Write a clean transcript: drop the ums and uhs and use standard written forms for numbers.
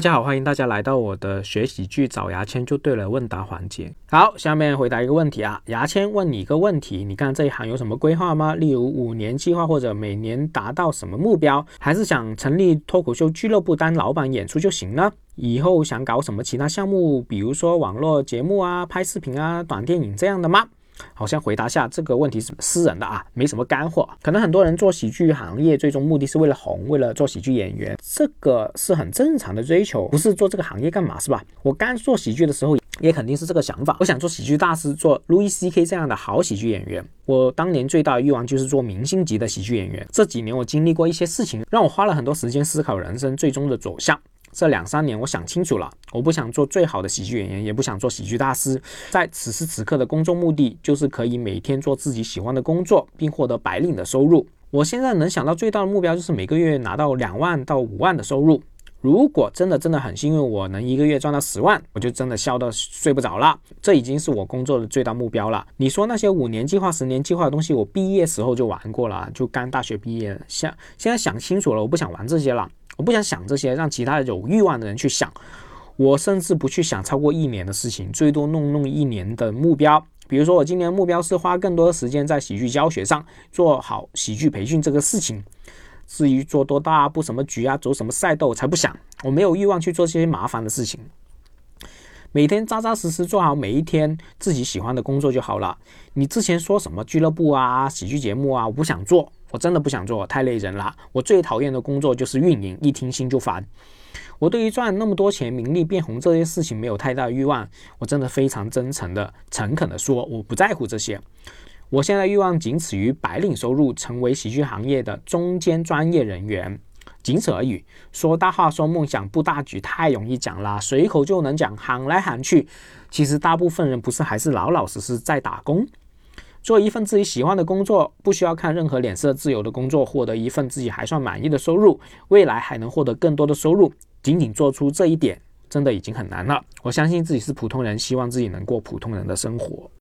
大家好，欢迎大家来到我的学喜剧找牙签就对了问答环节。好，下面回答一个问题啊，牙签问你一个问题，你看这一行有什么规划吗？例如5年计划或者每年达到什么目标？还是想成立脱口秀俱乐部当老板演出就行呢？以后想搞什么其他项目，比如说网络节目啊、拍视频啊、短电影这样的吗？好像回答下这个问题是私人的啊，没什么干货。可能很多人做喜剧行业最终目的是为了红，为了做喜剧演员，这个是很正常的追求，不是做这个行业干嘛是吧？我刚做喜剧的时候也肯定是这个想法，我想做喜剧大师，做 Louis CK 这样的好喜剧演员。我当年最大的欲望就是做明星级的喜剧演员。这几年我经历过一些事情，让我花了很多时间思考人生最终的走向。这2-3年我想清楚了，我不想做最好的喜剧演员，也不想做喜剧大师。在此时此刻的工作目的就是可以每天做自己喜欢的工作，并获得白领的收入。我现在能想到最大的目标就是每个月拿到2万到5万的收入。如果真的很幸运，我能1个月赚到10万，我就真的笑到睡不着了。这已经是我工作的最大目标了。你说那些5年计划、10年计划的东西，我毕业时候就玩过了，就刚大学毕业。现在想清楚了，我不想玩这些了。我不想想这些让其他有欲望的人去想，我甚至不去想超过1年的事情，最多弄1年的目标。比如说我今年的目标是花更多的时间在喜剧教学上，做好喜剧培训这个事情。至于做多大布什么局啊，走什么赛道，我才不想。我没有欲望去做这些麻烦的事情，每天扎扎实实做好每一天自己喜欢的工作就好了。你之前说什么俱乐部啊、喜剧节目啊，我不想做，我真的不想做，太累人了。我最讨厌的工作就是运营，一听心就烦。我对于赚那么多钱、名利变红这些事情没有太大的欲望，我真的非常真诚的、诚恳的说，我不在乎这些。我现在欲望仅此于白领收入，成为喜剧行业的中间专业人员，仅此而已。说大话、说梦想、布大局太容易讲啦，随口就能讲，喊来喊去。其实大部分人不是还是老老实实在打工，做一份自己喜欢的工作，不需要看任何脸色，自由的工作，获得一份自己还算满意的收入，未来还能获得更多的收入。仅仅做出这一点，真的已经很难了。我相信自己是普通人，希望自己能过普通人的生活。